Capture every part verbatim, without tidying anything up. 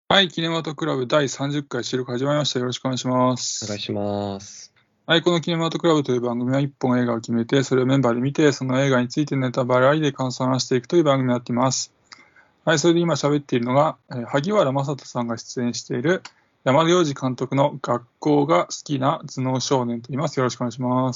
はい、キネマトクラブだいさんじゅっかい収録始まりました。よろしくお願いしまお願いす。 します。 はい、このキネマトクラブという番組はいっぽん映画を決めて、それをメンバーで見て、その映画についてネタバレありで感想を話していくという番組になっています。はい、それで今喋っているのが、えー萩原正人さんが出演している山田洋次監督の学校が好きな頭脳少年と言います。よろしくお願いします。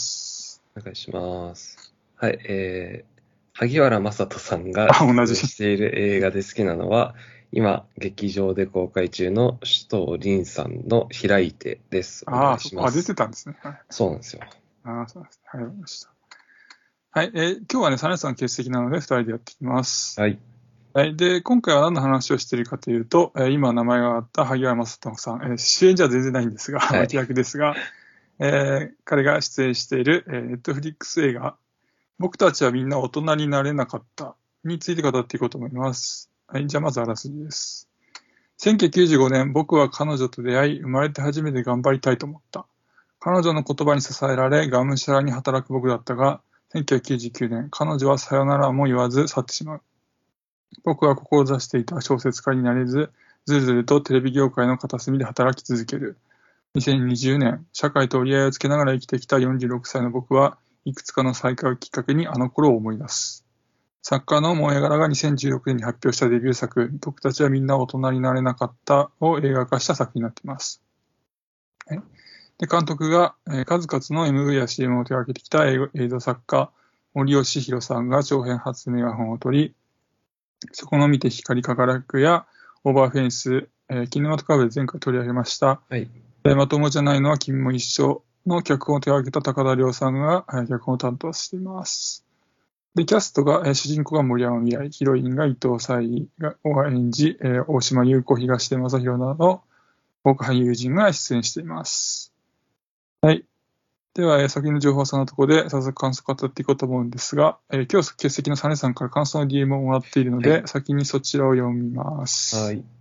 お願いします。はい、えー、萩原正人さんがあ、同じ。 出演している映画で好きなのは、今、劇場で公開中の首藤凛さんの開いてです。お願ああ、 いそこ、あ、出てします。 たんですね。はい。 そうなんですよ。 ああ、そうですね。はい、わかりました。はい、えー今日はね、サネさん欠席なのでふたりでやっていきます。 はい。 はい。で、今回は何の話をしているかというと、えー今名前が挙がった萩原正人さん、えー主演じゃ全然ないんですが、 はい。 脇役ですが、えー彼が出演している、えー、ネットフリックス映画、僕たちはみんな大人になれなかったについて語っていこうと思います。はい。じゃあまずあらすじです。せんきゅうひゃくきゅうじゅうごねん、僕は彼女と出会い、生まれて初めて頑張りたいと思った。彼女の言葉に支えられ、がむしゃらに働く僕だったが、せんきゅうひゃくきゅうじゅうきゅうねん、彼女はさよならも言わず去ってしまう。僕は志していた小説家になれず、ずるずるとテレビ業界の片隅で働き続ける。にせんにじゅうねん、社会と折り合いをつけながら生きてきたよんじゅうろくさいの僕はいくつかの再会をきっかけにあの頃を思い出す。作家の萌え柄がにせんじゅうろくねんに発表したデビュー作、僕たちはみんな大人になれなかったを映画化した作品になっています。で監督が、えー数々の エムブイ や シーエム を手掛けてきた映映像作家、森喜弘さんが長編初メガホンを取り、そこの見て光り輝くや、オーバーフェンス、えー、キネマトクラブで前回取り上げました、 はい。 えーまともじゃないのは君も一緒の脚本を手掛けた高田亮さんが、えー脚本を担当しています。で、キャストが、えー主人公が森山未来、ヒロインが伊藤沙莉を演じ、えー大島優子、東出昌大など、豪華俳優陣が出演しています。はい。では、えー先の情報はそのところで、早速感想を語っていこうと思うんですが、えー今日欠席のサネさんから感想の ディーエム をもらっているので、 はい。 先にそちらを読みまはす。 い。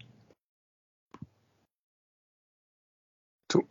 と、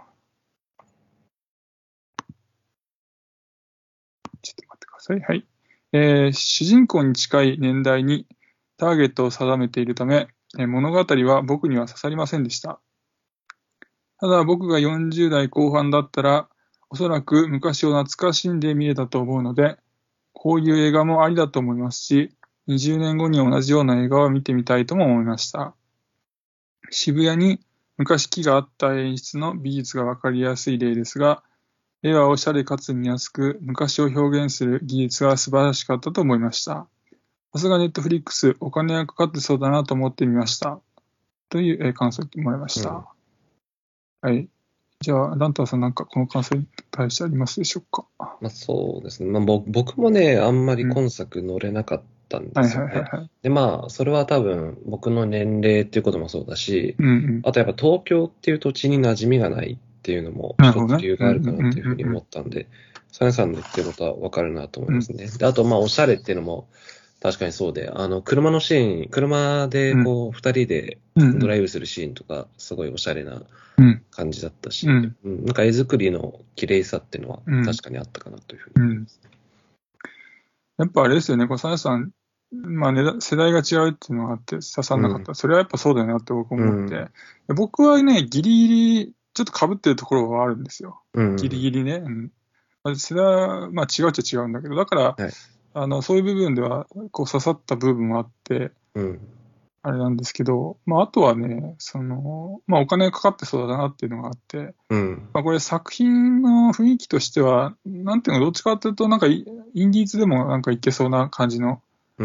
ちょっと待ってください。はい。えー主人公に近い年代にターゲットを定めているため、えー物語は僕には刺さりませんでした。ただ僕がよんじゅう代後半だったら、おそらく昔を懐かしんで見れたと思うので、こういう映画もありだと思いますし、にじゅうねんごに同じような映画を見てみたいとも思いました。渋谷に昔木があった演出の美術がわかりやすい例ですが、絵はおしゃれかつ見やすく、昔を表現する技術が素晴らしかったと思いました。さすがネットフリックス、お金がかかってそうだなと思ってみました。というえー感想をもらいましうん。 た。はい。じゃあ、ランタンさんなんかこの感想に対してありますでしょうか？ まあそうですね。まあぼ僕もね、あんまりうん。 今作乗れなかったんではいすよね。 はいはいはい。 で、まあ、それは多分僕の年齢っていうこともそうだし、 うんうん。 あとやっぱ東京っていう土地に馴染みがないっていうのもなるほどね。 一つ理由うんうがあるかなというふうに思んうんったんで、サネさんの言ってることはわかるなと思いうんうん。 ますね。で、あとまあ、おしゃれっていうのも確かにそうで、あの、車のシーン、車でうんこう、二人でうんドライブするシーンとか、すごいおしゃれなうん感じだったし、 うんうん、なんか絵作りの綺麗さっていうのはうん確かにあったかなというふうにうん。やっぱあれですよね、このサネさん、まあね、世代が違うっていうのがあって刺さんなかった。 思います。 それはやっぱそうだよなって僕うん、 思って。 うん、 僕はね、ギリギリ、ちょっと被ってるところはあるんですよ。 うギリん。 ギリね。うん。まあ世代は、まあ違うっちゃ違うんだけど、だから、 はい。 あの、そういう部分では、こう刺さった部分もあって、 うん、 あれなんですけど、まああとはね、その、まあお金がかかってそうだなっていうのがあって、 うん、 まあこれ作品の雰囲気としては、なんていうの、どっちかっていうと、なんかイインディーズでもなんかいけそうな感じの、 うん、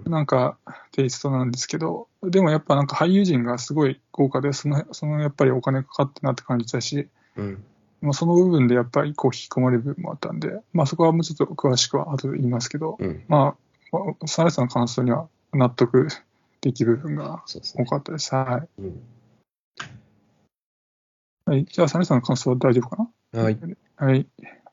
なんかテイストなんですけど、でもやっぱなんか俳優陣がすごい豪華で、その、そのやっぱりお金かかってなって感じたし、 うん。 まあ、その部分でやっぱりこう引き込まれる部分もあったんで、まあそこはもうちょっと詳しくは後で言いますけど、 うん。 まあ、サネさんの感想には納得できる部分がそうですね。 多かったです。はうん。 い。はい。じゃあ、サネさんの感想は大丈夫かな？ はい。 はい。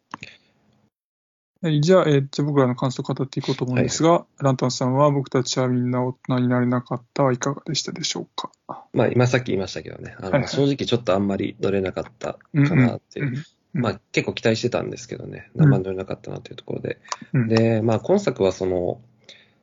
はい。じゃあ、えーじゃあ僕らの感想を語っていこうと思うんはいはい。 ですが、ランタンさんは僕たちはみんな大人になれなかったはいかがでしたでしょうか？はまあ、今さっき言いましたけどね、あの、まあ、正いはい。 直ちょっとあんまり乗れなかったうんかなっていう。 うん。うん。 まあ、結構期待してたんですけどね、あうん。 んまり乗れなかったなというところで。 うん。 で、まあ、今作はその、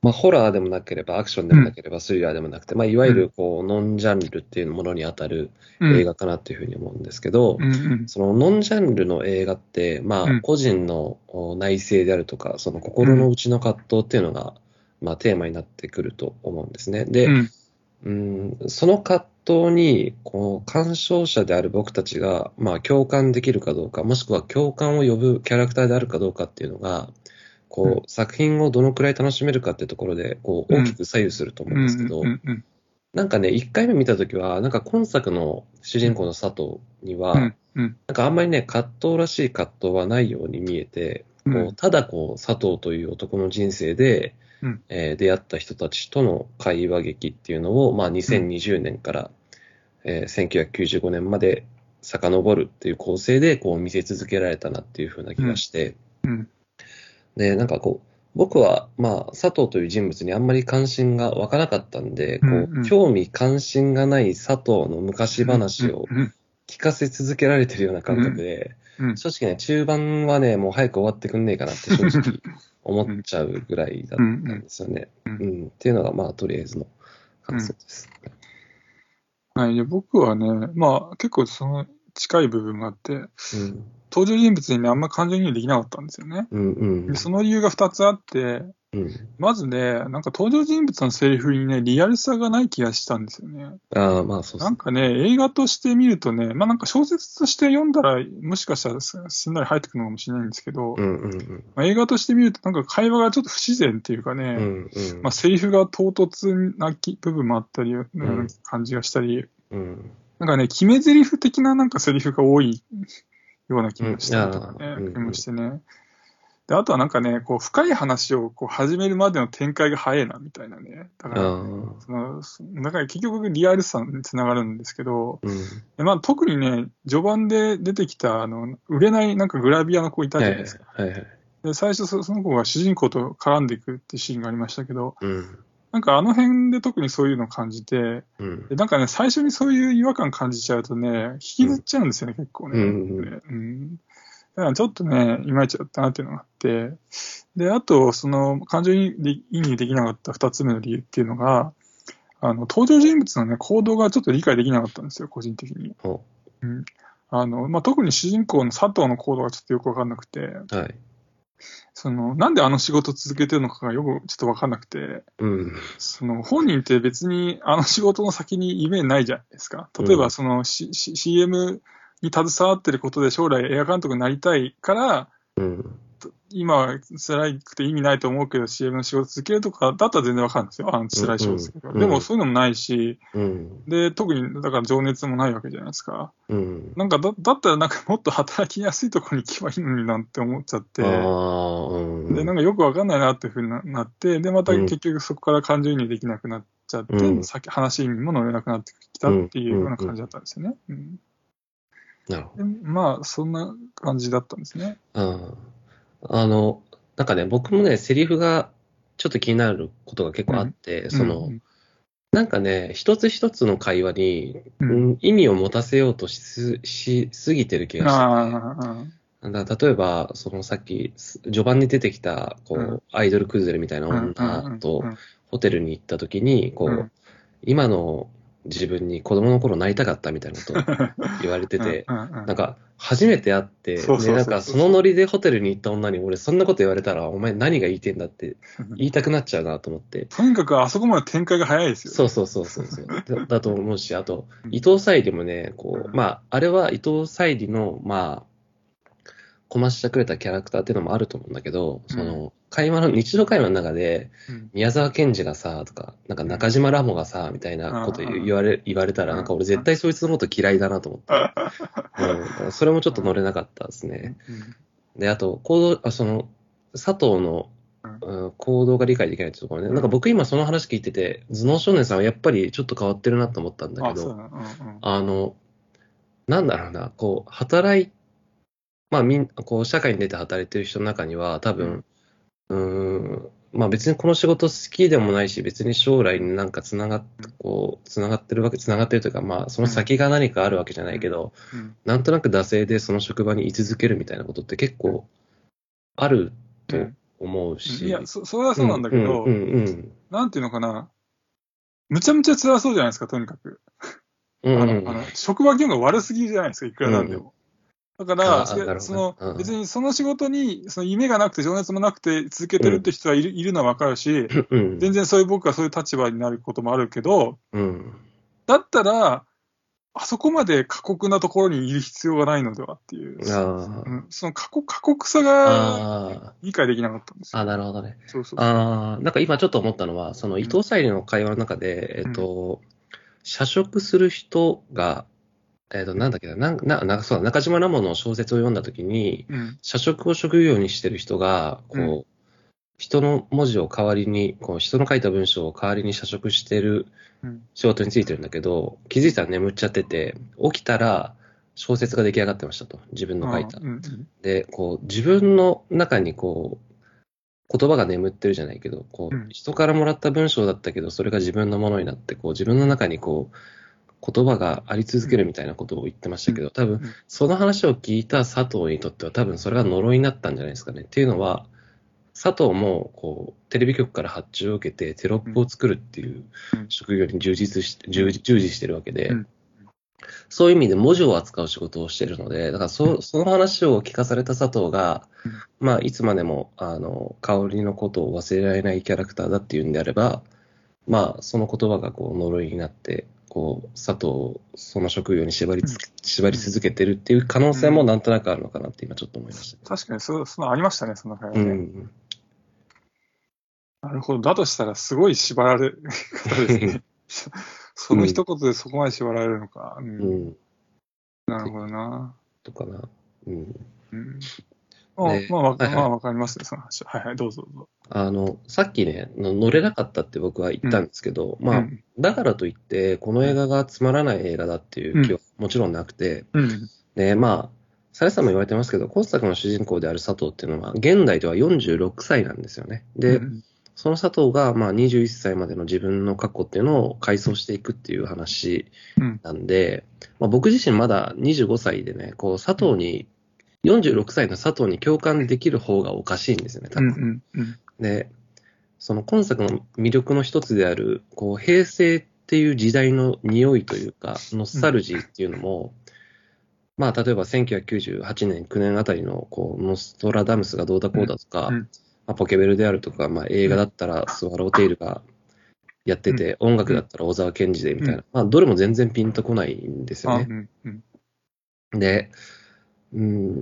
まあ、ホラーでもなければ、アクションでもなければ、スリラーでもなくて、まあ、いわゆる、こう、ノンジャンルっていうものに当たる映画かなっていうふうに思うんですけど、 うんうんそのノンジャンルの映画って、まあ、 うん個人のお内省であるとか、その心の内の葛藤っていうのが、まあ、テーマになってくると思うんですね。で、 うんうん、その葛藤に、こう、鑑賞者である僕たちが、まあ、共感できるかどうか、もしくは共感を呼ぶキャラクターであるかどうかっていうのが、こう、作品をどのくらい楽しめるかっていうところで、こう、大きく左右すると思うんですけど、 うんうんなんかね、一回目見たときは、なんか今作の主人公の佐藤には、 うんうんなんかあんまりね、葛藤らしい葛藤はないように見えて、 うんこうただこう、佐藤という男の人生で、 うんえー出会った人たちとの会話劇っていうのを、まあ、にせんにじゅうねんから、えーせんきゅうひゃくきゅうじゅうごねんまで遡るっていう構成でこう見せ続けられたなっていう風な気がして、 うんで、なんかこう、僕は、まあ、佐藤という人物にあんまり関心が湧かなかったんで、こう、 うんうん興味関心がない佐藤の昔話をうん聞かせ続けられてるような感覚で、 うん正直ね、中盤はね、もう早く終わってくんねえかなって正直思っちゃうぐらいだったんですよね。 うんうん。っていうのが、まあ、とりあえずの感想です。 はい、で僕はね、まあ結構その近い部分があって、 うん。 登場人物にね、あんま感情移入できなかったんですよね。 うんうんでその理由がふたつあって、 うん。 まずね、なんか登場人物のセリフにね、リアルさがない気がしたんですよね。 ああ、まあそうですね。 なんかね、映画として見るとね、まあなんか小説として読んだら、もしかしたらすすんなり入ってくるのかもしれないんですけど、 うんうんうん。 まあ、映画として見るとなんか会話がちょっと不自然っていうかね、 うんうん。 まあセリフが唐突なき部分もあったり、よううんな感じがしたり、 うん。 なんかね、決め台詞的ななんかセリフが多いような気もしたりとかね、 うんあーうんうん気もしてね。で、あとはなんかね、こう、深い話をこう始めるまでの展開が早いな、みたいなね。だから、 ああ。 その、だから結局リアルさにつながるんですけど、 うん。 でまあ特にね、序盤で出てきた、あの、売れないなんかグラビアの子いたじゃないですか。 はいはいはい。 で、最初そその子が主人公と絡んでいくってシーンがありましたけど、 うん。 なんかあの辺で特にそういうのを感じて、 うん。 でなんかね、最初にそういう違和感感じちゃうとね、引きずっちゃうんですよね、結構ね。 うんうんでうんだからちょっとね、いまいちだったなっていうのがあって、で、あと、その、感情移入できなかった二つ目の理由っていうのが、あの、登場人物のね、行動がちょっと理解できなかったんですよ、個人的に。 ほうん。あの、まあ、特に主人公の佐藤の行動がちょっとよくわかんなくて、 うはい。 その、なんであの仕事続けてるのかがよくちょっとわかんなくて、 うん。 その、本人って別にあの仕事の先に夢ないじゃないですか。例えば、その、C、シーエム に携わってることで将来映画監督になりたいから、 うん。 今は辛くて意味ないと思うけど シーエム の仕事続けるとかだったら全然わかるんですよ。あの辛い仕事ですけど。 うんでもそういうのもないし、 うん。 で、特にだから情熱もないわけじゃないですか。 うん。 なんかだだったらなんかもっと働きやすいところに行けばいいのになんて思っちゃって、 ああ、うん。 で、なんかよくわかんないなっていうふうになって、で、また結局そこから感情移入できなくなっちゃって、 うん先話にも乗れなくなってきたっていうような感じだったんですよね。うんなるほでまあ、そんな感じだったんですね。 ど。ああの、なんかね、僕もね、セリフがちょっと気になることが結構あって、その、 うんなんかね、一つ一つの会話に、 うんうん意味を持たせようとしすしすぎてる気うん、 がしてて、 ああ、 だから例えば、そのさっき、す序盤に出てきた、こう、 うんアイドルクズルみたいなうんうん女とうんホテルに行った時に、こう、 うん今の自分に子供の頃なりたかったみたいなことを言われてて、 うんうんうんなんか、初めて会って、で、 そうそうそうそうなんか、そのノリでホテルに行った女に、俺、そんなこと言われたら、お前何が言いてんだって言いたくなっちゃうなと思って。 とにかくあそこまで展開が早いですよね。 そうそうそうそうそう。だだと思うし、あと、 うん伊藤沙莉もね、こう、 うんまあ、あれは伊藤沙莉の、まあ、こましてくれたキャラクターっていうのもあると思うんだけど、 うんその、会話の、日常会話の中で、 うん宮沢賢治がさ、とか、なんか中島ラモがさ、みたいなことうん言われ、言われたら、なんか俺絶対そいつのこと嫌いだなと思って。うん、だからそれもちょっと乗れなかったですね。で、あと、行動、あその、佐藤の、うん行動が理解できないってところね。なんか僕今その話聞いてて、頭脳少年さんはやっぱりちょっと変わってるなと思ったんだけあ、そうど、 だな。うんうんあの、なんだろうな、こう、働い、まあみん、こう、社会に出て働いてる人の中には、多分、うーん、まあ別にこの仕事好きでもないし、別に将来になんかつながっ、こう、つながってるわけ、つながってるというか、まあその先が何かあるわけじゃないけど、 うんなんとなく惰性でその職場に居続けるみたいなことって結構あると思うし。 いや、そ、それはそうなんだけど、 うんうんうんうん、 なんていうのかな、むちゃむちゃ辛そうじゃないですか、とにかく。 うんうん、 あの、あの、職場業が悪すぎじゃないですか、いくらなんでも。だから、それ、その、 うん、 別にその仕事に、その夢がなくて、情熱もなくて続けてるって人はいる、うん、いるのはわかるし、うん、全然そういう僕はそういう立場になることもあるけど、うん、だったら、あそこまで過酷なところにいる必要がないのではっていう、あうん、その過酷過酷さが理解できなかったんですよ。 あ、なるほどね。 そうそうそう。 あなんか今ちょっと思ったのは、その伊藤沙莉の会話の中で、うん、えっと、社食する人が、えっと、なんだっけな、なんな、なんかそうだ、中島ラモの小説を読んだときに、うん、社食を職業にしてる人が、こう、うん、人の文字を代わりに、こう、人の書いた文章を代わりに社食してる仕事についてるんだけど、気づいたら眠っちゃってて、起きたら小説が出来上がってましたと。自分の書いた。うんうん、で、こう、自分の中にこう、言葉が眠ってるじゃないけど、こう、人からもらった文章だったけど、それが自分のものになって、こう、自分の中にこう、言葉があり続けるみたいなことを言ってましたけど、多分、その話を聞いた佐藤にとっては多分それが呪いになったんじゃないですかね。っていうのは、佐藤もこうテレビ局から発注を受けてテロップを作るっていう職業に従事し、従事してるわけで、そういう意味で文字を扱う仕事をしてるので、だから そ, その話を聞かされた佐藤が、まあ、いつまでもあの香織のことを忘れられないキャラクターだっていうんであれば、まあ、その言葉がこう呪いになって、こう佐藤をその職業に縛りつ、うん、縛り続けてるっていう可能性もなんとなくあるのかなって今ちょっと思いました、ね、 確かにそ、そのありましたね、その会話ね。うん、なるほど。だとしたらすごい縛られる方ですね。その一言でそこまで縛られるのか。うんうん、なるほどな。 とかな。うん。 うんまあ、まあ、わ、はいはい、まあ、わかりますね、その話は。はいはい、どうぞどうぞ。 あの、さっきね、乗れなかったって僕は言ったんですけど、うん、まあ、うん、だからといって、この映画がつまらない映画だっていう気はもちろんなくて、うん、で、まあ、サレさんも言われてますけど、今作の主人公である佐藤っていうのは、現代ではよんじゅうろくさいなんですよね。で、うん、その佐藤が、まあ、にじゅういっさいまでの自分の過去っていうのを回想していくっていう話なんで、うんまあ、僕自身まだにじゅうごさいでね、こう、佐藤に、よんじゅうろくさいの佐藤に共感できる方がおかしいんですよね、多分。うんうんうん、で、その今作の魅力の一つである、こう、平成っていう時代の匂いというか、ノスタルジーっていうのも、うん、まあ、例えばせんきゅうひゃくきゅうじゅうはちねん、きゅうねんあたりの、こう、ノストラダムスがどうだこうだとか、うんうんまあ、ポケベルであるとか、まあ、映画だったらスワローテイルがやってて、うん、音楽だったら小沢健二でみたいな、うん、まあ、どれも全然ピンとこないんですよね。うんうん、で、うん、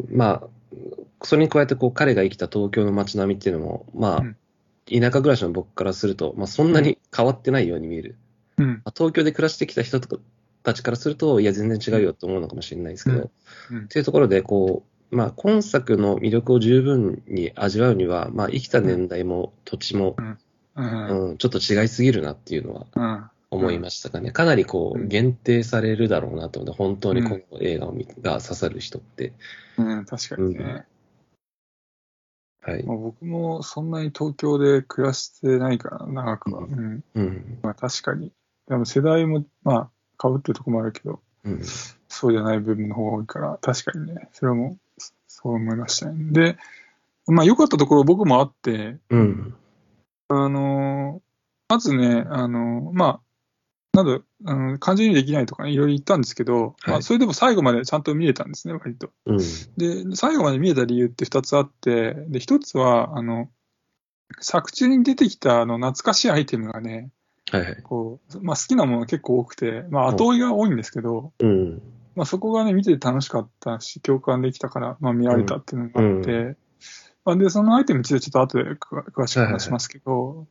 まあ、それに加えてこう彼が生きた東京の街並みっていうのも、まあ、うん、田舎暮らしの僕からすると、まあ、そんなに変わってないように見える。うんまあ、東京で暮らしてきた人たちからすると、いや、全然違うよと思うのかもしれないですけど、うんうん、っていうところで、こう、まあ、今作の魅力を十分に味わうには、まあ、生きた年代も土地も、うんうん、ちょっと違いすぎるなっていうのは思いましたかね。かなりこう、限定されるだろうなと思って、本当にこの映画を見が刺さる人って。 うん、確かにね。うんはいまあ、僕もそんなに東京で暮らしてないから、長くは。うんうんまあ、確かに。でも世代も、まあ、変わってるところもあるけど、うん、そうじゃない部分の方が多いから、確かにね、それもそう思いましたね。で、まあ、良かったところ僕もあって、うん、あの、まずね、あの、まあ、なんだ、あの感情にできないとかね、いろいろ言ったんですけど、はいまあ、それでも最後までちゃんと見れたんですね、割と。うん、で、最後まで見えた理由って二つあって、で、一つは、あの、作中に出てきたあの懐かしいアイテムがね、はいはい、こうまあ、好きなもの結構多くて、まあ、後追いが多いんですけど、うんまあ、そこがね、見てて楽しかったし、共感できたから、まあ、見られたっていうのがあって、うんまあ、で、そのアイテムについてちょっと後で詳しく話しますけど、はいはい、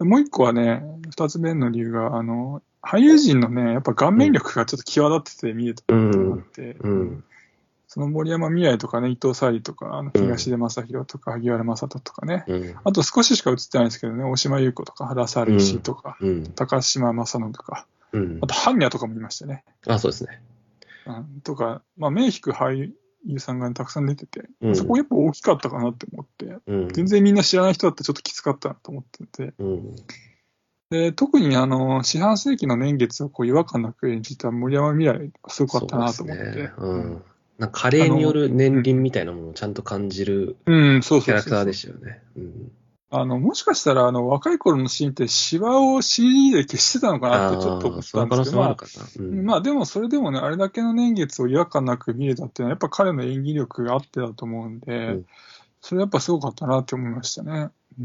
もう一個はね、二つ目の理由が、あの、俳優陣のね、やっぱ顔面力がちょっと際立ってて見えたっていうのがあって、うんうん、その森山未來とかね、伊藤沙莉とか、あの東出昌大とか、萩原正人とかね、うん、あと少ししか映ってないんですけどね、大島優子とか、原沙莉とか、うん、高島正信とか、うん、あと般若とかもいましたね。 あ、そうですね。 うん、とか、まあ、目引く俳優さんが、ね、たくさん出てて、うん、そこやっぱ大きかったかなって思って、うん、全然みんな知らない人だったらちょっときつかったなと思ってて、うんで特にあの四半世紀の年月をこう違和感なく演じた森山未来がすごかったなと思って。ねうん、 なんか加齢による年輪みたいなものをちゃんと感じるキャラクターでしたよね。 あの、もしかしたら、あの、若い頃のシーンって、シワを シーディー で消してたのかなってちょっと思ああ、 ったんですけど、 その可能性もあまあ、 るかな。うん。 まあでもそれでもね、あれだけの年月を違和感なく見れたっていうのは、やっぱ彼の演技力があってだと思うんうで、 ん。 それやっぱすごかったなって思いましたね。うん。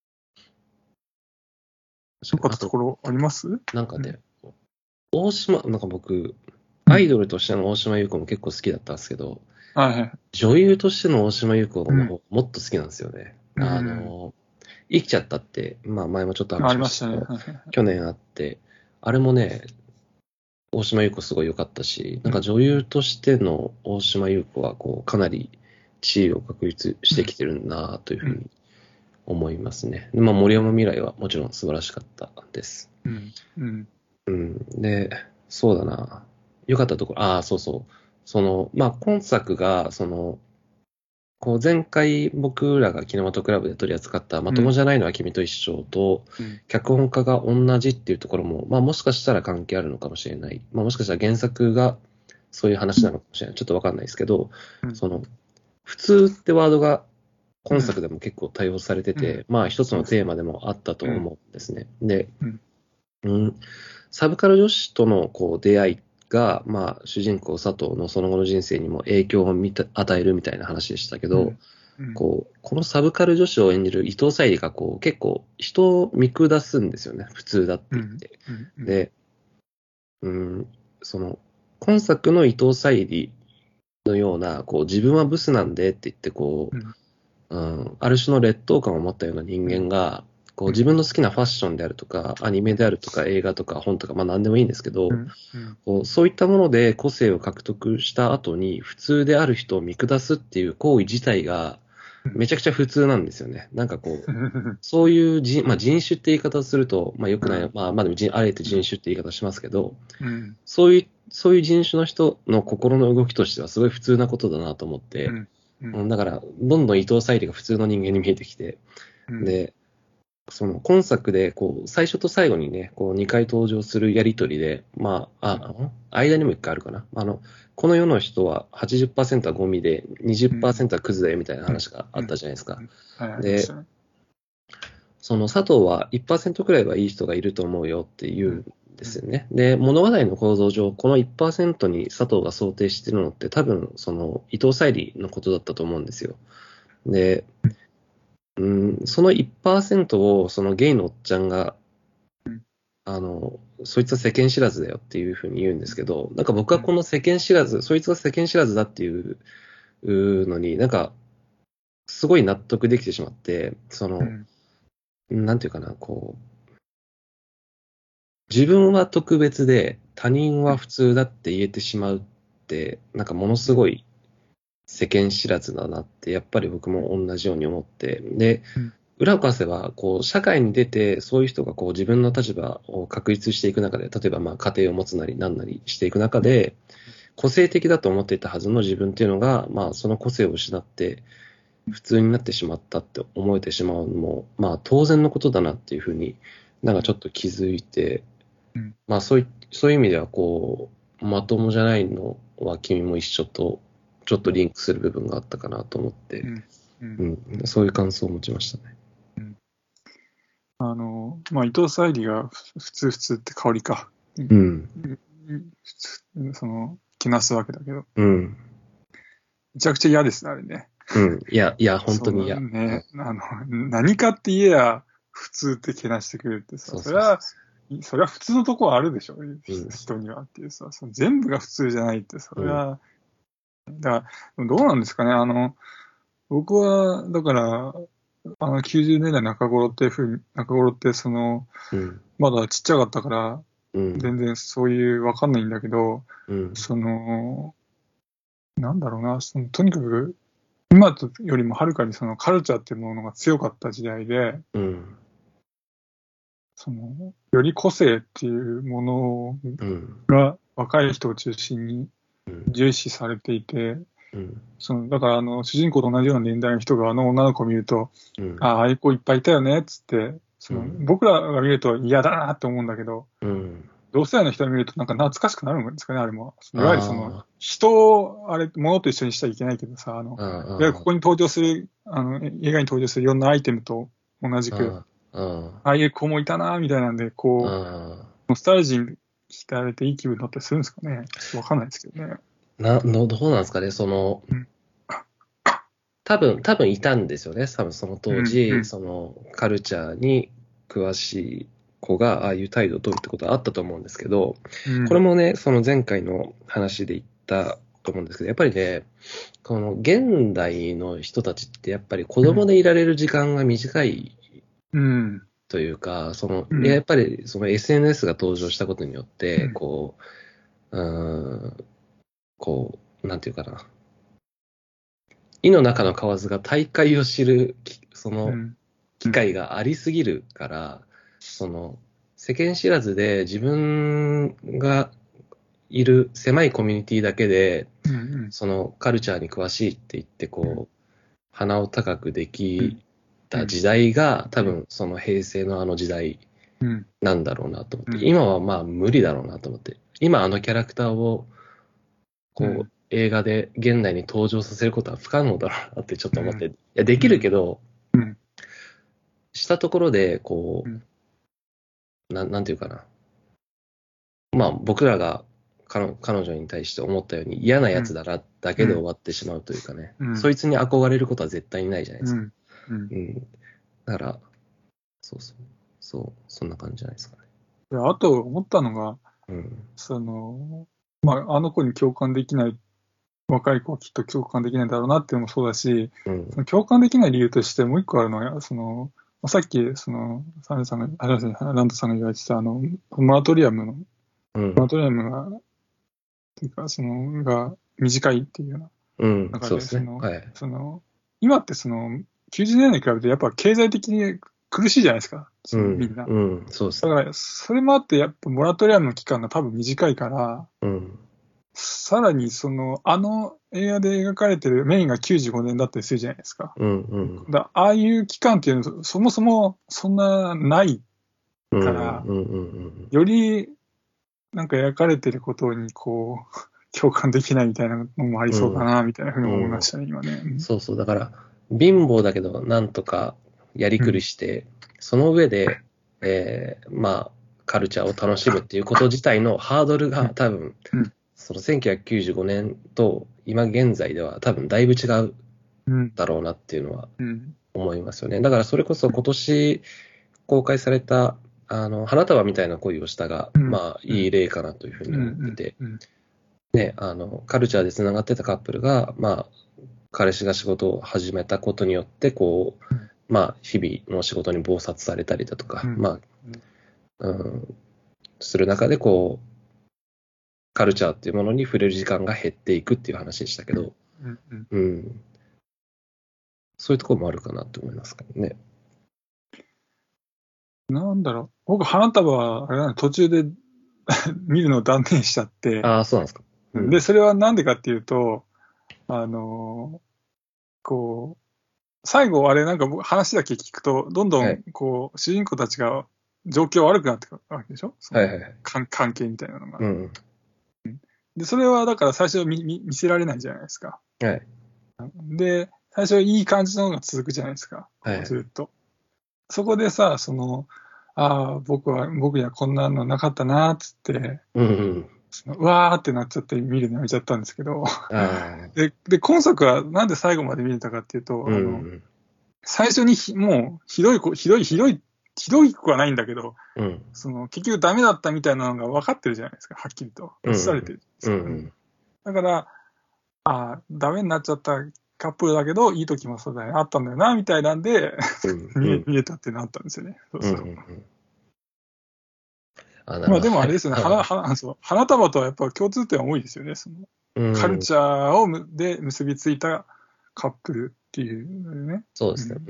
良かったとあと、 ころあります？うん。 なんかね、大島、なんか僕、アイうん。 ドルとしての大島優子も結構好きだったんですけど、 はいはい。 女優としての大島優子うん。 の方、もっと好きなんですよね。 うあん。 の、生きちゃったって、まあ前もちょっと話ありましたね。 しましたけど、 はいはいはい。 去年あって、あれもね、大島優子すごい良かったし、なんかうん。 女優としての大島優子は、こう、かなり地位を確立してきてるなといううん。 ふうに思いますね。まあ森山未來はもちろん素晴らしかったです。 うん。うん。 うん。で、そうだな。良かったところ、ああ、そうそう。その、まあ今作が、その、こう前回僕らがキネマトクラブで取り扱ったまともうん。 じゃないのは君と一緒とうん。 脚本家が同じっていうところも、まあもしかしたら関係あるのかもしれない。まあもしかしたら原作がそういう話なのかもしれない。ちょっとわかんないですけど、 うん。 その、普通ってワードがうん。 今作でも結構多用されてうん。 て、まあ一つそうですね。 のテーマでもあったとうん。 思うんですね。で、 うん。 うん、サブカル女子とのこう出会いが、まあ主人公佐藤のその後の人生にも影響をみた与えるみたいな話でしたけど、 うん。うん。 こう、このサブカル女子を演じる伊藤沙莉がこう、結構人を見下すんですよね。普通だってうん。 言って。 うん。うん。 で、うん、その、今作の伊藤沙莉のような、こう、自分はブスなんでって言って、こうん。 う、うん、ある種の劣等感を持ったような人うん。 間が、こう、 うん。 自分の好きなファッションであるとか、アニメであるとか、映画とか本とか、まあ何でもいいんですけど、 うん。うん。 こうそういったもので個性を獲得した後に、普通である人を見下すっていう行為自体が、めちゃくちゃ普通なんですよね。なんかこう、そういう人、まあ、人種って言い方をすると、まあ、良くない、まあ、まあでも人、あえて人種って言い方しますけど、 うん。 そういう、そういう人種の人の心の動きとしてはすごい普通なことだなと思って、 うん。うん。 うん、だから、どんどん伊藤沙莉が普通の人間に見えてきて、 うん。 で、その今作で、こう、最初と最後にね、こう、にかい登場するやりとりで、まあ、あ、あ間にもいっかいあるかな。あの、この世の人ははちじゅっパーセントはゴミで、 うん。 にじゅっパーセントはクズだよみたいなうん。 話があったじゃないですか。 うん。はい、ありましで、 たね。 その佐藤はいちパーセントくらいはいい人がいると思うよって言ううん。 んでうん。 すよね。で、物語の構造上、このいちパーセントに佐藤が想定してるのって多分、その伊藤沙莉のことだったと思うんですよ。で、うん、そのいちパーセントをそのゲイのおっちゃんが、 うん。 あの、そいつは世間知らずだよっていうふうに言うんですけど、なんか僕うん。 はこの世間知らず、そいつは世間知らずだっていうのに、なんか、すごい納得できてしまって、その、 うん。 なんていうかな、こう、自分は特別で他人は普通だって言えてしまうって、なんかものうん。 すごい世間知らずだなって、やっぱり僕も同じように思って、で、 うん。 裏を返せば、こう、社会に出て、そういう人がこう自分の立場を確立していく中で、例えばまあ家庭を持つなり何なりしていく中で、個性的だと思っていたはずの自分っていうのが、まあその個性を失って、普通になってしまったって思えてしまうのも、まあ当然のことだなっていうふうになんかちょっと気づいて、 うん。 まあそういそういう意味ではこう、まともじゃないのは君も一緒と、ちょっとリンクする部分があったかなと思って、 うん。うん。 うん、そういう感想を持ちましたね。 うん。あの、まあ、伊藤沙莉がふ普通普通って香りか。うん。 うん、 うん。普通、その、けなすわけだけど、 うん、 めちゃくちゃ嫌ですね、あれね。 うん。いや、いや、本その当に嫌。うん、 ね、あの、何かって言えや、普通ってけなしてくれるってさ、 そうそれは、 そうそそれは普通のとこはあるでしょ、 う。うん、 人にはっていうさ、その全部が普通じゃないって、そうん、 れは、だから、どうなんですかね、あの、僕は、だから、あの、きゅうじゅうねんだい中頃っていうふうに、中頃ってその、 うん、 まだちっちゃかったから、 うん、 全然そういうわかんないんだけど、 うん、 その、なんだろうな、そのとにかく、今とよりもはるかにそのカルチャーっていうものが強かった時代で、 うん、 その、より個性っていうものうん、 が若い人を中心にうん、 重視されていて、 うん、 その、だからあの、主人公と同じような年代の人があの女の子を見ると、 うん、 ああ、ああいう子いっぱいいたよね、つって、その、 うん、 僕らが見ると嫌だなって思うんだけど、 うん。 同世代の人が見るとなんか懐かしくなるんですかね、あれも。いわゆるその、 あ人を、あれ、物と一緒にしちゃいけないけどさ、あの、 あ、ああ、 いわゆるここに登場する、あの、映画に登場するいろんなアイテムと同じく。 ああああいう子もいたな、みたいなんで、こう、 あノスタルジーに浸られていい気分になったりするんですかね。ちょっとわかんないですけどね。 なのどうなんですかね、その、 うん。 多分、多分いたんですよね。多分その当う時、 ん。 そのカルチャーに詳しい子がああいう態度を取るってことはあったと思うんですけど、 うん。 これもね、その前回の話で言ったと思うんですけど、やっぱりね、この現代の人たちってやっぱり子供でいられる時間が短いうん。 というか、その、 うん。 やっぱりその エスエヌエス が登場したことによっうて、 ん。 こう、うーん、こう、なんていうかな。井の中の蛙が大海を知る、きそのうん。 機会がありすぎるから、その世間知らずで自分がいる狭いコミュニティだけで、 うん。 そのカルチャーに詳しいって言って、こう、鼻を高くできた時代が、多分その平成のあの時代うん。 なんだろうなと思って、 うん。 今はまあ無理だろうなと思って、今あのキャラクターをこう、 うん。 映画で現代に登場させることは不可能だろうなってちょっと思って、 うん。 いや、できるけど、 うん。 したところで、こうん。 う、なん、なんていうかな。まあ、僕らが彼彼女に対して思ったように嫌なやつだな、だけで終わってしまうというかね、 うん。 そいつに憧れることは絶対にないじゃないですか。 うん。うん。 うん。だから、そうそう、そう、そんな感じじゃないですかね。 であと思ったのが、 うん。 その、まあ、あの子に共感できない若い子はきっと共感できないだろうなっていうのもそうだし、 うん。 その共感できない理由としてもう一個あるのは、その、さっき、その、サメさんが、あ、すみませんランドさんが言われてた、あの、モラトリアムの、 うん。 モラトリアムが、っていうか、その、が短いっていうようなうん。 中で、 そうですね。 その、 はい。 その、今ってその、きゅうじゅうねんだいに比べてやっぱ経済的に苦しいじゃないですか、そのみんな。 うん。うん。そうですね。 だから、それもあって、やっぱモラトリアムの期間が多分短いから、 うん。 さらにその、あの映画で描かれてるメインがきゅうじゅうごねんだったりするじゃないですか。 うん。うん。 だああいう期間っていうのはそもそもそんなないうん。 から、 うん。うん。 よりなんか描かれてることにこう、共感できないみたいなのもありそうかな、みたいなふうに思いましたね、今ね。 そうそう。だから、貧乏だけど、なんとかやりくりして、その上で、えーまあ、カルチャーを楽しむっていうこと自体のハードルが多分、 うんそのせんきゅうひゃくきゅうじゅうごねんと今現在では多分だいぶ違ううんだろうなっていうのはうん思いますよね。だからそれこそ今年公開された、あの、花束みたいな恋をしたが、 うんまあ、いい例かなというふうに思ってて、 うんね、あの、カルチャーでつながってたカップルが、まあ、彼氏が仕事を始めたことによって、こう、まあ、日々の仕事に忙殺されたりだとか、 うんまあ、うん、する中で、こう、カルチャーっていうものに触れる時間が減っていくっていう話でしたけど、 うんうんうん、そういうところもあるかなと思いますけどね。 なんだろう、僕、花束はあれなの途中で見るのを断念しちゃって、 ああ、そうなんですか。うん、 で、それはなんでかっていうと、あの、こう、最後あれなんか僕話だけ聞くと、どんどはい、 んこう、主人公たちが状況悪くなってくるわけでしょそのはいはいはい。 関関係みたいなのが。 うん、 で、それはだから最初見見見せられないじゃないですか。 はい、 で、最初いい感じのが続くじゃないですか。こはい、 うずっと。そこでさ、その、ああ、僕は、僕にはこんなのなかったな、つって、 うん、うん、 そのうわーってなっちゃって見るのやめちゃったんですけど。 ああ、 で、で、今作はなんで最後まで見れたかっていうと、 うん、 あの、 うん、 最初にひもう、ひどい子、ひどい、ひどい、ひどい子はないんだけど、 うん、 その、結局ダメだったみたいなのが分かってるじゃないですか、はっきりと。 うん、 映されてる。 うん、 だから、ああ、ダメになっちゃったカップルだけど、いい時もそうだよね、あったんだよな、みたいなんで、 うん、 見え、 うん、 見えたってなったんですよね。そううん、うそう。 ん。あ、なるほど。 まあでもあはい。 れですよね、花、花、そう、花束とはやっぱ共通点は多いですよね。そのうん、 カルチャーをむで結びついたカップルっていうのね。 そうですね。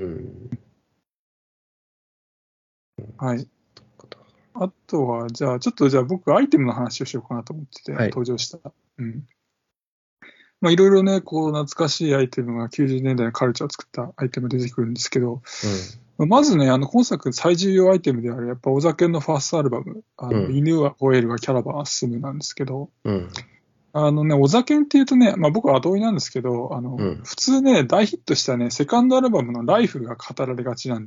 うん、 うん。 はい。あとは、じゃあ、ちょっとじゃあ僕、アイテムの話をしようかなと思ってて、 はい。 登場した。うん。まあ、いろいろね、こう、懐かしいアイテムがきゅうじゅうねんだいのカルチャーを作ったアイテム出てくるんですけど、 うん。 まずね、あの、今作最重要アイテムである、やっぱ、お酒のファーストアルバム、あの、 うん。 犬は吠えるがキャラバンは進むなんですけど、 うん。 あのね、お酒っていうとね、まあ僕は後追いなんですけど、あの、 うん。 普通ね、大ヒットしたね、セカンドアルバムのライフが語られがちなんですよ。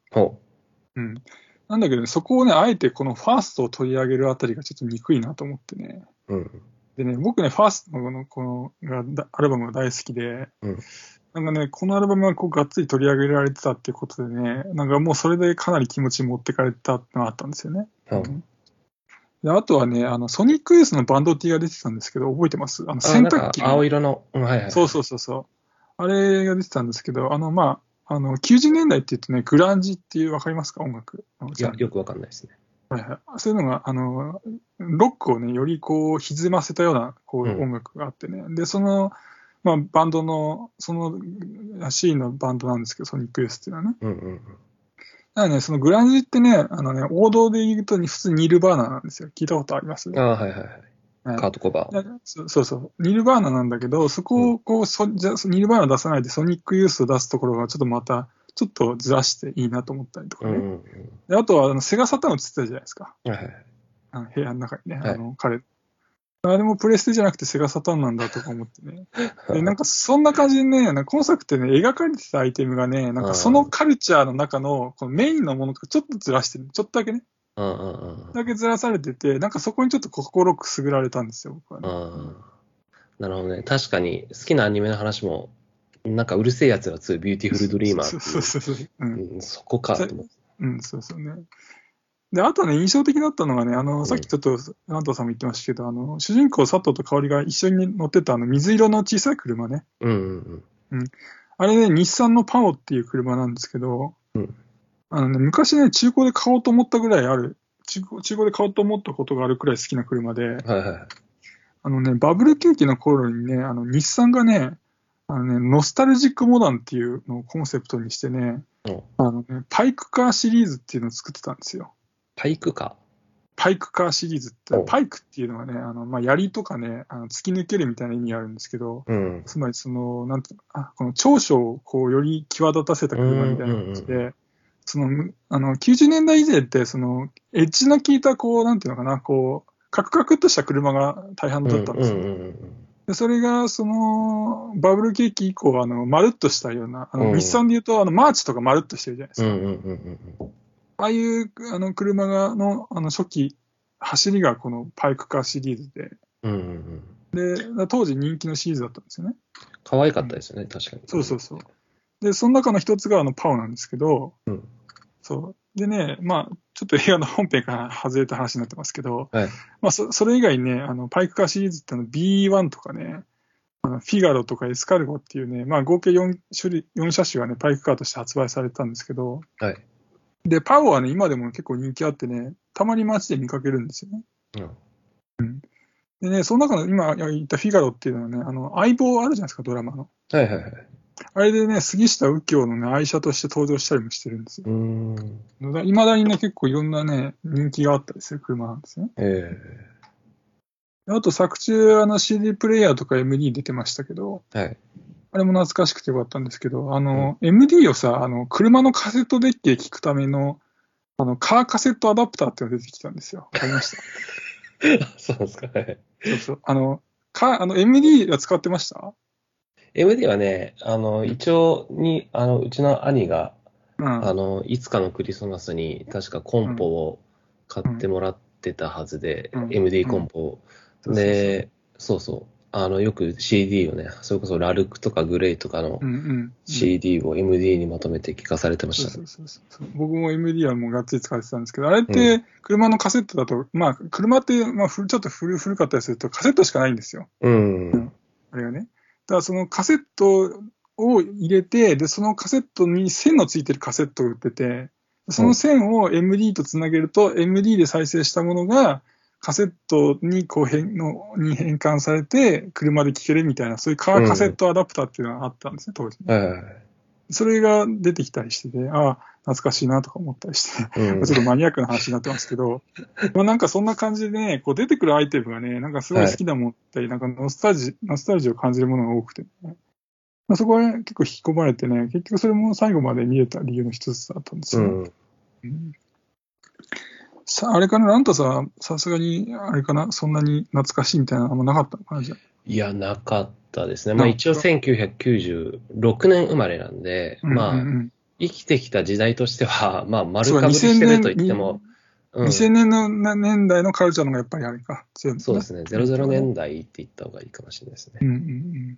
ほうん。なんだけどね、そこをね、あえてこのファーストを取り上げるあたりがちょっと憎いなと思ってね。 う。うん。 でね、僕ね、ファーストのこの、このがだアルバムが大好きで、 うん。 なんかね、このアルバムがこうがっつり取り上げられてたっていうことでね、なんかもうそれでかなり気持ち持ってかれたってのがあったんですよね。 ほう。 うん、であとはね、あの、ソニックユースのバンド T が出てたんですけど、覚えてます？あの、 あ、 洗なんか濯機の、 青色の、うん、はいはいはい。 そうそうそうそう。あれが出てたんですけど、あの、まあ、あの、きゅうじゅうねんだいって言うとね、グランジっていう、わかりますか？音楽のいや、 ジャンル。 よくわかんないですね。 はいはい。そういうのが、あの、ロックをね、よりこう、歪ませたような、こう、 うん。 音楽があってね。で、その、まあ、バンドの、その、シーンのバンドなんですけど、ソニックユースっていうのはね。 うんうんうん。 だからね、そのグランジってね、あのね、王道で言うと、普通ニルバーナなんですよ。聞いたことあります？ ああ、はいはいはい。 はい。 カート・コバーン。 だそそうそう。ニルバーナなんだけど、そうん。 こをこう、そじゃニルバーナ出さないでソニックユースを出すところがちょっとまた、ちょっとずらしていいなと思ったりとかね。 うんうんうん。 であとは、あのセガサターン映ってたじゃないですか。 はいはいあの部屋の中にね、 はい。はい。 あの、彼。あれもプレステじゃなくてセガサターンなんだとか思ってね。で、なんかそんな感じでね、なんか今作ってね、描かれてたアイテムがね、なんかそのあカルチャーの中のこのメインのものとかちょっとずらしてる。ちょっとだけね。 あ、うんうんうん。 だけずらされてて、なんかそこにちょっと心くすぐられたんですよ、僕はね。 ああ、なるほどね。確かに好きなアニメの話も、なんかうるせえやつらにビューティフルドリーマーそうっていう、 そうそうそう。うん。 うん、そこかと思って。 うん、そうそうね。で、あとね、印象的だったのがね、あの、 うん。 さっきちょっと、南藤さんも言ってましたけど、あの、主人公佐藤と香織が一緒に乗ってたあの、水色の小さい車ね。 うんうんうん。あれね、日産のパオっていう車なんですけど、 うん。うん。 あのね、昔ね、中古で買おうと思ったぐらいある、中古中古で買おうと思ったことがあるくらい好きな車で、 はいはいはい。 あのね、バブル景気の頃にね、あの、日産がね、あのね、ノスタルジックモダンっていうのをコンセプトにしてね、 うん。 あのね、パイクカーシリーズっていうのを作ってたんですよ。 パイクか。 パイクカーシリーズって、 おう。 パイクっていうのはね、あの、まあ、槍とかね、あの突き抜けるみたいな意味あるんですけど、 うん。 つまりその、なんていうのあ、この長所をこう、より際立たせたうんうん車みたいな感うん。 じで、その、あの、きゅうじゅうねんだい以前って、その、エッジの効いた、こう、なんていうのかな、こう、カクカクっとした車が大半だっうんうんうたんですよね。 んで、それが、その、バブル景気以降、あの、まるっとしたような、あの、日うん。 産で言うと、あの、マーチとかまるっとしてるじゃないですか。 うんうんうんうんああいう、あの、車が、の、あの、初期、走りがこのパイクカーシリーズで、 うんうんうん。 で、当時人気のシリーズだったんですよね。 可愛かうん。 ったですよね、確かに。うん。 そうそうそう。で、その中の一つがあの、パオなんですけど、 うん。 そう。でね、まあ、ちょっと映画の本編から外れた話になってますけど、 はい。 まあ、そそれ以外にね、あの、パイクカーシリーズってあの ビーワン とかね、あのフィガロとかエスカルゴっていうね、まあ、合計よん種類、よん車種がね、パイクカーとして発売されたんですけど、 はい。 で、パオはね、今でも結構人気あってね、たまに街で見かけるんですよね。 うん。 でね、その中の今言ったフィガロっていうのはね、あの、相棒あるじゃないですか、ドラマの。 はいはいはい。 あれでね、杉下右京のね、愛車として登場したりもしてるんですよ。 うーん。 いまだにね、結構いろんなね、人気があったりする車なんですね。 えあと作中、あの シーディー プレイヤーとか エムディー 出てましたけど、 ー、はい。 あれも懐かしくてよかったんですけど、あうん。 の、エムディー をさ、あの、車のカセットデッキで聞くための、あの、カーカセットアダプターっていうのが出てきたんですよ。わかりました？ そうですか。はい。 そうそう。あの、か、あの、エムディー は使ってました？ エムディー はね、あの、 うん。 一応に、あの、うちの兄が、 うん。 あの、いつかのクリスマスに、確かコンポうん。 を買っうん。 てもらってたはずで、 うん。 エムディーうん。 コンポを。 そうそうそう。 で、そうそう。あの、よく シーディー をね、それこそラルクとかグレイとかのうんうんうん。 シーディー を エムディー にまとめて聞かされてましたね。 そうそうそうそう。僕も エムディー はもうがっつり使ってたんですけど、あれっうん。 て車のカセットだと、まあ、車って、まあ、古ちょっと古古かったりするとカセットしかないんですよ。 うん。 うん。あれがね。だからそのカセットを入れて、で、そのカセットに線のついてるカセットを売ってて、そのうん。 線を エムディー とつなげると、エムディー で再生したものが、カセットにこう変のに変換されて、車で聴けるみたいな、そういうカーカセッうん。 トアダプターっていうのがあったんですね、当時ね。 はいはいはい。 それが出てきたりしてて、ああ、懐かしいなとか思ったりして、 うん。 ちょっとマニアックな話になってますけど、まあなんかそんな感じでね、こう出てくるアイテムがね、なんかすごいはい。 好きなものって、なんかノスタルジー、ノスタルジーを感じるものが多くて、ね、まあ、そこは結構引き込まれてね、結局それも最後まで見れた理由の一つだったんですよね。 うん。 うん、さあ、あれかな、ランタさん、さすがに、あれかな、そんなに懐かしいみたいなのあんまなかったのかな、じゃあ。 いや、なかったですね。まあなかっ一応た。 せんきゅうひゃくきゅうじゅうろくねん生まれなんで、 うんうんうまあ、 ん。 生きてきた時代としては、まあ、丸かぶりしてると言っても、 うん、にせんねんの年代のカルチャーのがやっぱりあれか。 ね、そうですね。ゼロゼロねんだいって言った方がいいかもしれないですね。 うんうんうん。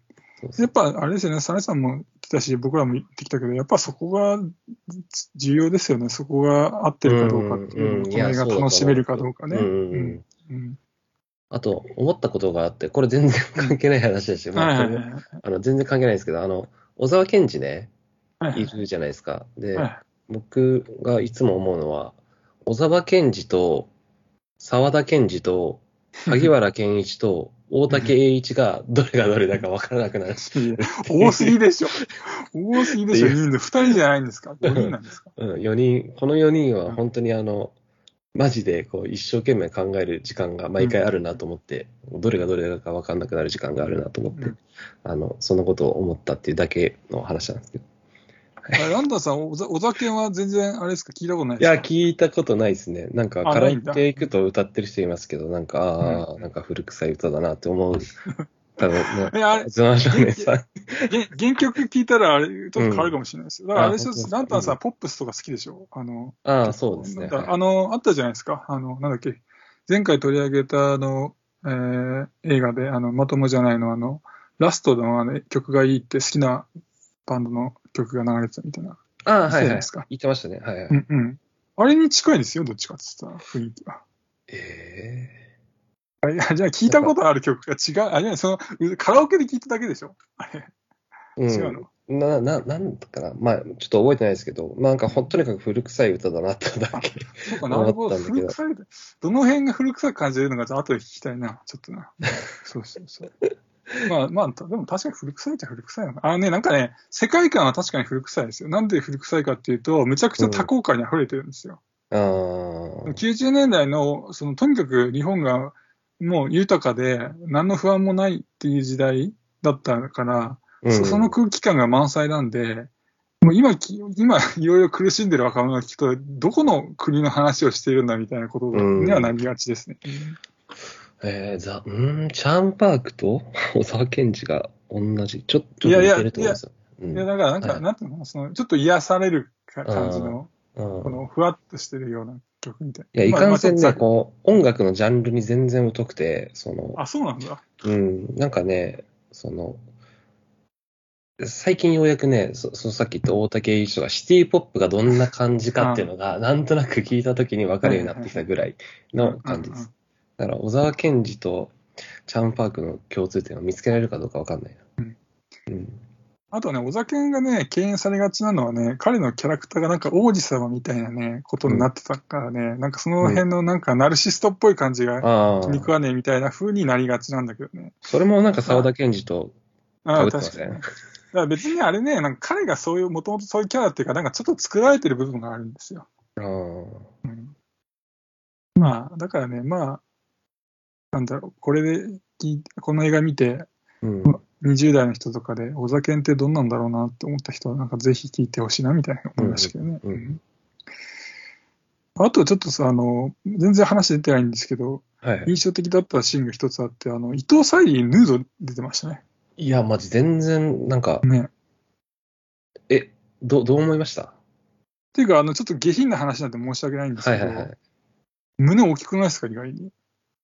そうそうやっぱあれですよね、サネさんも言ってたし、僕らも言ってきたけど、やっぱそこが重要ですよね。そこが合ってるかどうかっていうのを、この映画楽しめるかどうかね。うんうんうん、 あと、思ったことがあって、これ全然関係ない話だし、うん、まあ、これも、あの、全然関係ないですけど、あの、小沢健二ね、はいはい、いるじゃないですか。で、はい、僕がいつも思うのは、小沢健二と沢田研二と萩原健一と大竹栄一がどれがどれだか分からなくなる。 多すぎでしょ。多すぎでしょ。人数ふたりじゃないんですか ?ご 人なんですか、 うん、よにん。このよにんは本当にあの、マジでこう一生懸命考える時間が毎回あるなと思って、うん、どれがどれだか分かんなくなる時間があるなと思って、うん、あの、そのことを思ったっていうだけの話なんですけど。 ランダさん、お酒は全然あれですか、聞いたことないですか？ いや、聞いたことないですね。なんかカラオケ行くと歌ってる人いますけど、なんか、ああ、うん、なんか古臭い歌だなって思う。多分ね、 え、あれ、 ズワン少年さん。 原曲聞いたらあれ、ちょっと変わるかもしれないです。うん、だからあれですよ、ランタンさん、うん、ポップスとか好きでしょ？あの、 ああ、そうですね。 はい、あの、あったじゃないですか。あの、なんだっけ、前回取り上げたあの、えー、映画で、あの、まともじゃないの、あの、ラストのあの曲がいいって好きなバンドの曲が流れてたみたいな。 ああ、はいはい。言ってましたね。はいはい。 うんうん。あれに近いですよ、どっちかって言ったら、雰囲気が。 ええー。あ、じゃあ聞いたことある曲が違う。あ、じゃあその、カラオケで聞いただけでしょあれ。 うん、違うのな、な、なんだかな。まあ、ちょっと覚えてないですけど、なんかほんとにかく古臭い歌だなってだけ。 そうかなるほど。古臭い。どの辺が古臭く感じるのか、後で聞きたいな。ちょっとな。そうそうそう。まあまあ、でも確かに古臭いっちゃ古臭いのか。あのね、なんかね、世界観は確かに古臭いですよ。なんで古臭いかっていうと、むちゃくちゃ多幸感に溢れてるんですよ。うん、きゅうじゅうねんだいの、その、とにかく日本がもう豊かで、何の不安もないっていう時代だったから、うん、その空気感が満載なんで、もう今、今、いろいろ苦しんでる若者が聞くと、どこの国の話をしているんだみたいなことにはなりがちですね。うんえー、ザ、うん、チャームパークと小沢健二が同じ。ちょっと似てると思いますよ。 いやいや、いや、だからなんか、はい、なんていうの、その、ちょっと癒される感じの、この、ふわっとしてるような曲みたいな。 いや、いかんせんね、まあ、こう、音楽のジャンルに全然疎くて、その、 あ、そうなんだ。 うん、なんかね、その、最近ようやくね、そそのさっき言った大竹栄一とかシティポップがどんな感じかっていうのが、なんとなく聞いたときに分かるようになってきたぐらいの感じです。だから、小沢健二とチャームパークの共通点を見つけられるかどうか分かんないな。うんうん、あとね、小沢健がね、敬遠されがちなのはね、彼のキャラクターがなんか王子様みたいなね、ことになってたからね、うん、なんかその辺のなんかナルシストっぽい感じが気に食わねえみたいな風になりがちなんだけどね。 それもなんか沢田研二と被ってません？ だから別にあれね、なんか彼がそういう、もともとそういうキャラっていうか、なんかちょっと作られてる部分があるんですよ。あうん、まあ、だからね、まあ、なんだろう、これで、この映画見て、うん、にじゅう代の人とかで、小沢健ってどんなんだろうなって思った人は、なんかぜひ聞いてほしいなみたいな思いましたけどね。うんうんうん、あとちょっとさ、あの、全然話出てないんですけど、はい、印象的だったシーンが一つあって、あの、伊藤沙莉ヌード出てましたね。 いや、マジ全然、なんか、ね、え、ど、どう思いました？ っていうか、あの、ちょっと下品な話なんて申し訳ないんですけど、はいはいはい、胸大きくないですか、意外に。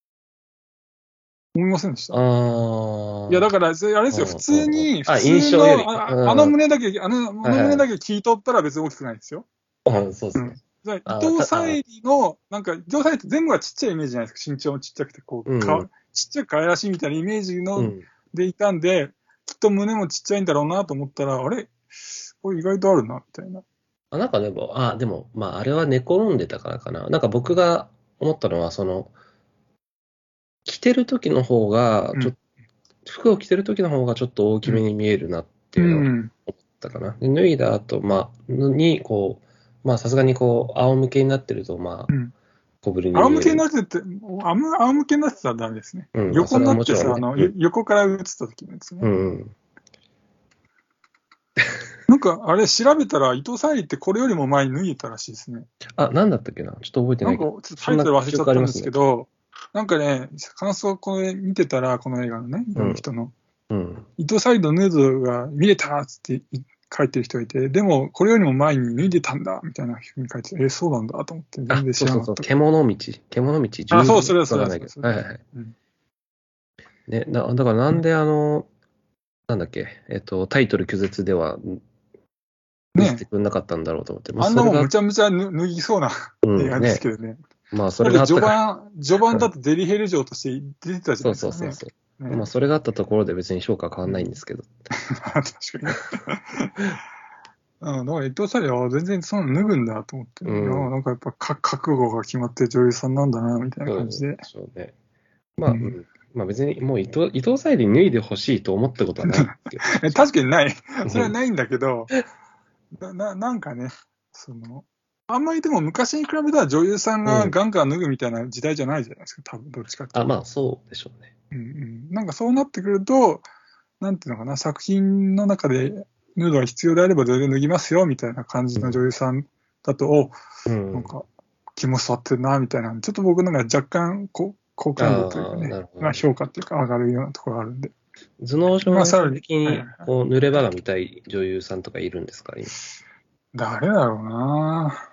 思いませんでした？あいや、だから、あれですよ、普通に、普通の、あ, あの胸だけ、あの、あの胸だけ聞いとったら別に大きくないですよ。 はいはい、そうですね。 うん、伊藤沙莉の、なんか、伊藤沙莉って全部がちっちゃいイメージじゃないですか。身長もちっちゃくて、こう、うん、かちっちゃく可愛らしいみたいなイメージの、うん、でいたんで、きっと胸もちっちゃいんだろうなと思ったら、あれこれ意外とあるな、みたいな。 あ、なんかでも、あ、でも、まあ、あれは寝転んでたからかな。なんか僕が思ったのは、その、着てる時の方が、ちょっと、うん、服を着てる時の方がちょっと大きめに見えるなっていうのを思ったかな。うん、で脱いだ後、まあ、に、こう、まあ、さすがにこう、仰向けになってると、まあ、うん、小ぶりに見える。 仰向けになってて、仰向けになってたらダメですね。うん、横になってさ、ね、あの、うん、横から映った時のやつね。うんうんなんか、あれ調べたら、伊藤沙莉ってこれよりも前に脱いでたらしいですね。 あ、なんだったっけなちょっと覚えてないけど。 なんか、ちょっとタイトル忘れちゃったんですけど、なんかね、感想これ見てたら、この映画のね、この人の。うん。伊藤沙莉のヌードが見れたっつって書いてる人がいて、でもこれよりも前に脱いでたんだみたいなふうに書いてて、えー、そうなんだと思って全然知そうそうそう、 らなかった。 獣道、獣道、 あ、そう、 十それはそれはわかんないけど。 それは。 はいはいはい。 うんね、だ、だからなんであの、なんだっけ、えっと、タイトル拒絶では見せてねくれなかったんだろうと思って、まあ、 あんなそれが、 もんむちゃむちゃ脱脱ぎそうな映画ですうんね、 けどね。 まあ、そだってれがあったから、 序盤、序盤だとデリヘル嬢として出てたじゃそうないですかね。 そうそうそう。まあ、 ねそれがあったところで別に評価変わんないんですけど。 確かに。うん、だから伊藤沙莉は全然そんなの脱ぐんだと思って、 ういやん。 なんかやっぱか覚悟が決まってる女優さんなんだなみたいなそう感じで。 でしょうね。まあ、ううん、 ん。まあ別にもう伊藤、伊藤沙莉脱いでほしいと思ったことはないんですけど。 確かにない。それはうん。 ないんだけど、な、ななんかね、その、あんまりでも昔に比べたら女優さんがうん。 ガンガン脱ぐみたいな時代じゃないじゃないですか、多分どっちかっていあ、 うと。 まあそうでしょうね。 うんうん、なんかそうなってくると、なんていうのかな、作品の中でヌードが必要であれば全然脱ぎますよみたいな感じの女優さんだと、おうん。 なんか気も座ってるなみたいな、ちょっと僕なんか若干こ好感度というかああ、なね、 るほどね。 まあ評価っていうか上がるようなところがあるんで。 頭脳少年さんまあさらに、 的に、 はいはいはい。 こう、濡れ場が見たい女優さんとかいるんですか、今。 誰だろうな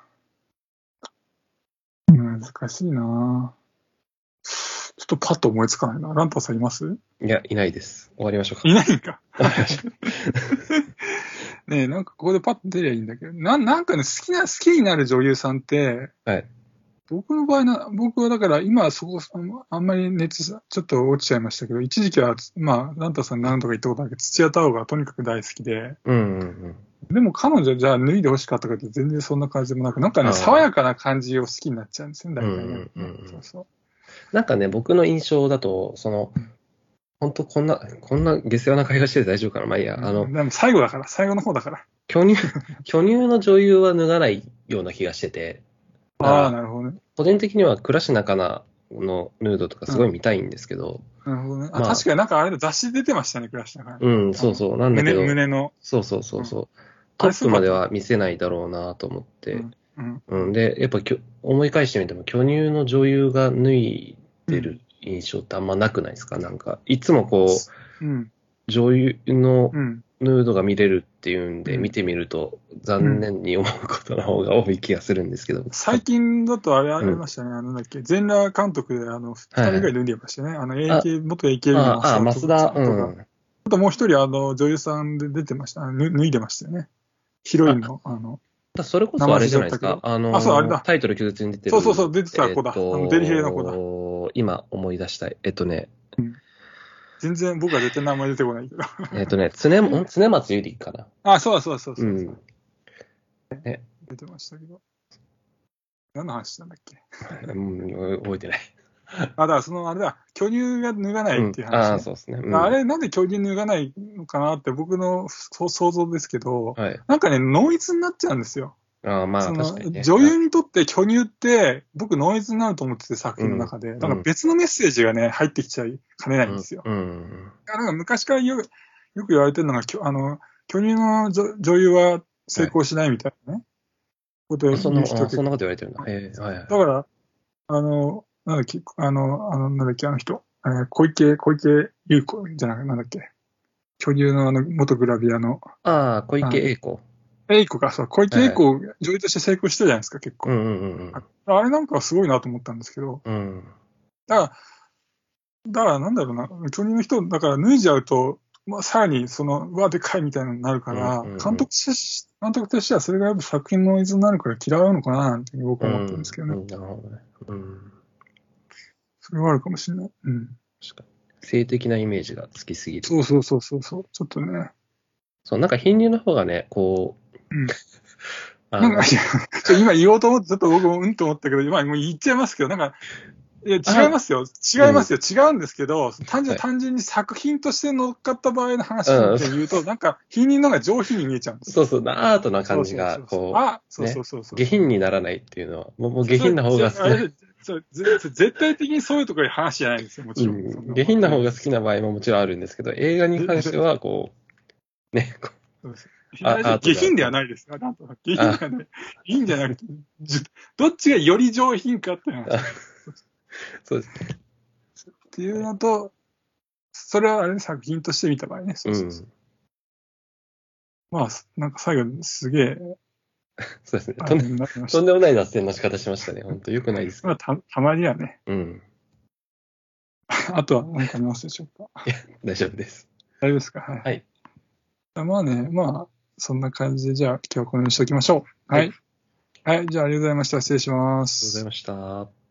難しいなちょっとパッと思いつかないな。ランタさんいます？ いや、いないです。終わりましょうか。 いないんか。 終わりましょねえ、なんかここでパッと出りゃいいんだけど、ななんかね、好きな、好きになる女優さんって、 う。はい。 僕の場合な、僕はだから今はそこ、あんまあんまり熱さ、ちょっと落ちちゃいましたけど、一時期は、まあ、ランタさん何度か言ったことあるけど、土屋太鳳がとにかく大好きで、 うんうんうん。 でも彼女じゃあ脱いで欲しかったかって全然そんな感じでもなく、なんかね、 あ爽やあ、 かな感じを好きになっちゃうんですよね、 うんう大体ね。 んうんうねそうん。 そなんかね、僕の印象だと、その、本当こんな、こんな下世話な会話してて大丈夫かな。まあいいや。 う。 あの、 うん、でも最後だから、最後の方だから。 巨乳、巨乳の女優は脱がないような気がしてて、だかああ、 ら、 なるほどね。 個人的には倉科カナのヌードとかうん。 すごい見たいんですけど、 なるほどね。あ、確まかになんかあれだ、雑誌出てましたね、クラシだからあ、 ね。 うん、 あの、 そうそう、なんだけ胸、 ど、 胸の。 そうそうそうん。 うそう、 あれトップまですごかったね。 は見せないだろうなと思って、 うん。うん。 うん、で、やっぱきょ思い返してみても、巨乳の女優が脱いでるうん。 印象ってあんまなくないですか？なんか、いつもこうん。 う、女優のうん。 ヌードが見れるっていうんで、見うん。 てみるとうん。 残念に思うことの方が多い気がするんですけど、た最近だとあれあうん。 りましたね。あの、なんだっけ、全裸監督で、あの、二はいはい。 人ぐらい脱いでましたね。あの、 あ、 エーケー、元 エーケービー のあ、あ、 増田とか、 増田、うとか。 ん。 あともう一人、あの、女優さんで出てました。あの脱いでましたよね。ヒロイあ、 ンの、あの、 だそれこ名前忘れそあれじゃないですか。 ちゃったけど。 ああ、そう、あれの、 だ。 タイトル拒絶に出てそうそうそう、 る、 出てたえっ子だ。あの、デリヘルの子だ。 と、今思い出したい。えっとね、 うん。全然僕は絶対名前出てこないけど。 えっとね、つね、ん常松ゆりかな。 あ、そうそうそうそうそう。 うん。ね、 出てましたけど。何の話したんだっけ。 うん、覚えてない。 あ、だからその、あれだ、巨乳が脱がないっうん。ああ、 ていう話ね。 そうですね。うん。 あれ、なんで巨乳脱がないのかなって僕のそ想像ですけど、 はい。 なんかね、ノイズになっちゃうんですよ。 ああ、まあその、 確かにね。あ、 女優にとって巨乳って僕ノイズになると思ってて作うん。 品の中で、なんかうん。 別のメッセージがね、入ってきちゃいかねなうん。 いんですよ。 うん。 なんか昔からよくよく言われてるのが、きょあの、巨乳の女女優は成はい。 功しないみたいなね、ことをあ、そんな、 言う人あ、そんな結構。 こと言われてるんだ。へえ、はいはい。 だから、あの、なんだっけ、あの、あの、なんだっけ、あの人、えー小池、小池優子じゃなくて、なんだっけ、巨乳のあの、元グラビアの、 ああ、小池あの、 栄子。 栄子か、そう、小池はいはい。 栄子、女優として成功してるじゃないですか、結構。 うんうんうんうあん。 あれなんかはすごいなと思ったんですけど、 うん。 だから、だからなんだろうな、巨乳の人、だから脱いじゃうと、まあ、さらにその、うわ、でかいみたいなのになるかうんら、 うんうん。 監督とし監督としてはそれがやっぱ作品のノイズになるから嫌うのかな、なんて僕うは思ってるんですけどね。 んうん。なるほどね。うん。 それはあるかもしれない。うん。 確かに。性的なイメージがつきすぎる。 そうそうそうそうそう、ちょっとね。 そう、なんか貧乳の方がね、こう、 うん。なんか、 あの、 いや、ちょ今言おうと思って、ちょっと僕もうんと思ったけど、今もう言っちゃいますけど、なんか、いや、違いあ、 ますよ。違いうん。 ますよ。違うんですけど、単純、 はい。 単純に作品として乗っかった場合の話うん。 で言うと、なんか、品人の方が上品に見えちゃうんですよ。 そうそう、アートなそう感じが、 そうそうそう。 こあ、 う、ね、 そうそうそうそう下そう。 品にならないっていうのは、もう、もう下それ、 品な方じゃあ、 が好きな、 あれ、それぜ絶対的にそういうところに話じゃないですよ。もちろん。そんうん、 な下品なわけない方が好きなですけど。 場合ももちろんあるんですけど、映画にで、 関しては、こう、ね、こうそうです。いあや、 アートが、 下品ではこないですよ。なんとか下う、あ、 品ではない。いいんじゃなくて、じどっちがより上品かって話あなんです。 そうですね。 っていうのと、それはあれね、作品として見た場合ね。そうそうそう。 うん。 まあ、なんか最後すげえ、 そうですね。 あとんでれになりました。 とんでもない脱線の仕方しましたね。本当よくないですけど。 まあ、た、たまにはね。 うん。 あとは何かありますでしょうか。 大丈夫です。 大丈夫ですか。はい。 はい。 まあね、まあ、そんな感じで、じゃあ今日はこのようにしておきましょう。 はいはい。はい。じゃあありがとうございました。失礼します。 ありがとうございました。